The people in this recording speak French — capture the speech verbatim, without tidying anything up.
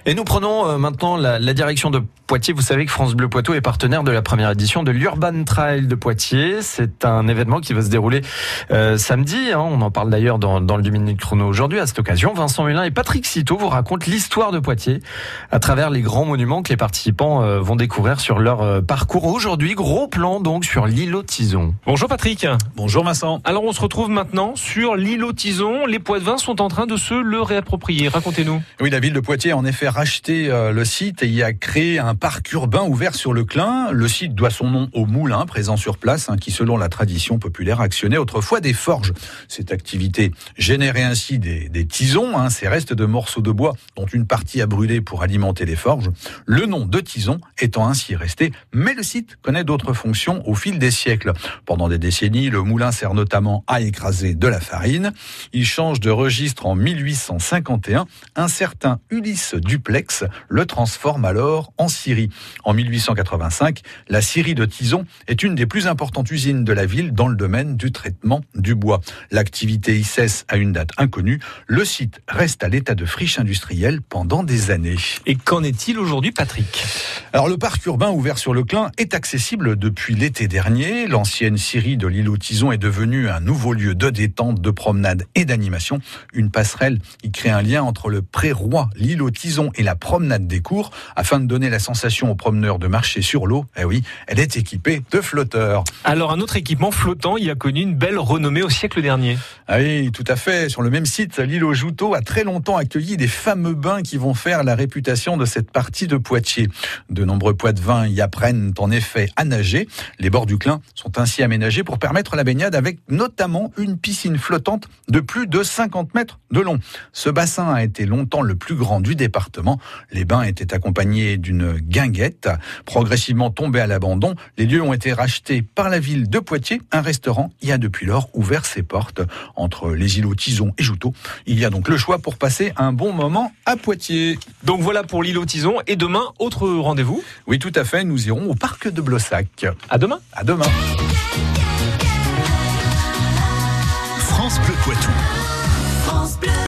Et nous prenons euh, maintenant la, la direction de Poitiers. Vous savez que France Bleu Poitou est partenaire de la première édition de l'Urban Trail de Poitiers. C'est un événement qui va se dérouler euh, samedi. Hein. On en parle d'ailleurs dans, dans le deux minutes chrono aujourd'hui. À cette occasion, Vincent Mulin et Patrick Citeau vous racontent l'histoire de Poitiers à travers les grands monuments que les participants euh, vont découvrir sur leur euh, parcours. Aujourd'hui, gros plan donc sur l'îlot Tizon. Bonjour Patrick. Bonjour Vincent. Alors on se retrouve maintenant sur l'îlot Tizon. Les Poitevins sont en train de se le réapproprier. Racontez-nous. Oui, la ville de Poitiers a en effet racheté euh, le site et y a créé un parc urbain ouvert sur le Clin. Le site doit son nom au moulin présent sur place, hein, qui selon la tradition populaire actionnait autrefois des forges. Cette activité générait ainsi des, des tisons, hein, ces restes de morceaux de bois dont une partie a brûlé pour alimenter les forges. Le nom de Tizon étant ainsi resté, mais le site connaît d'autres fonctions au fil des siècles. Pendant des décennies, le moulin sert notamment à écraser de la farine. Il change de registre en mille huit cent cinquante et un. Un certain Ulysse Duplex le transforme alors en scierie. En mille huit cent quatre-vingt-cinq, la scierie de Tizon est une des plus importantes usines de la ville dans le domaine du traitement du bois. L'activité y cesse à une date inconnue. Le site reste à l'état de friche industrielle pendant des années. Et qu'en est-il aujourd'hui, Patrick ? Alors le parc urbain ouvert sur le Clin est accessible depuis l'été dernier. L'ancienne scierie de l'îlot Tizon est devenue un nouveau lieu de détente, de promenade et d'animation. Une passerelle y crée un lien entre le pré-roi, l'îlot Tizon et la promenade des cours, afin de donner la sensation aux promeneurs de marcher sur l'eau. Eh oui, elle est équipée de flotteurs. Alors un autre équipement flottant y a connu une belle renommée au siècle dernier. Ah oui, tout à fait. Sur le même site, l'îlot Joutot a très longtemps accueilli des fameux bains qui vont faire la réputation de cette partie de Poitiers. De nombreux Poitevins y apprennent en effet à nager. Les bords du Clin sont ainsi aménagés pour permettre la baignade avec notamment une piscine flottante de plus de cinquante mètres de long. Ce bassin a été longtemps le plus grand du département. Les bains étaient accompagnés d'une guinguette. Progressivement tombés à l'abandon, les lieux ont été rachetés par la ville de Poitiers. Un restaurant y a depuis lors ouvert ses portes. Entre les îlots Tizon et Joutot, il y a donc le choix pour passer un bon moment à Poitiers. Donc voilà pour l'îlot Tizon. Et demain, autre rendez-vous ? Oui, tout à fait. Nous irons au parc de Blossac. À demain. À demain. France Bleu Poitou.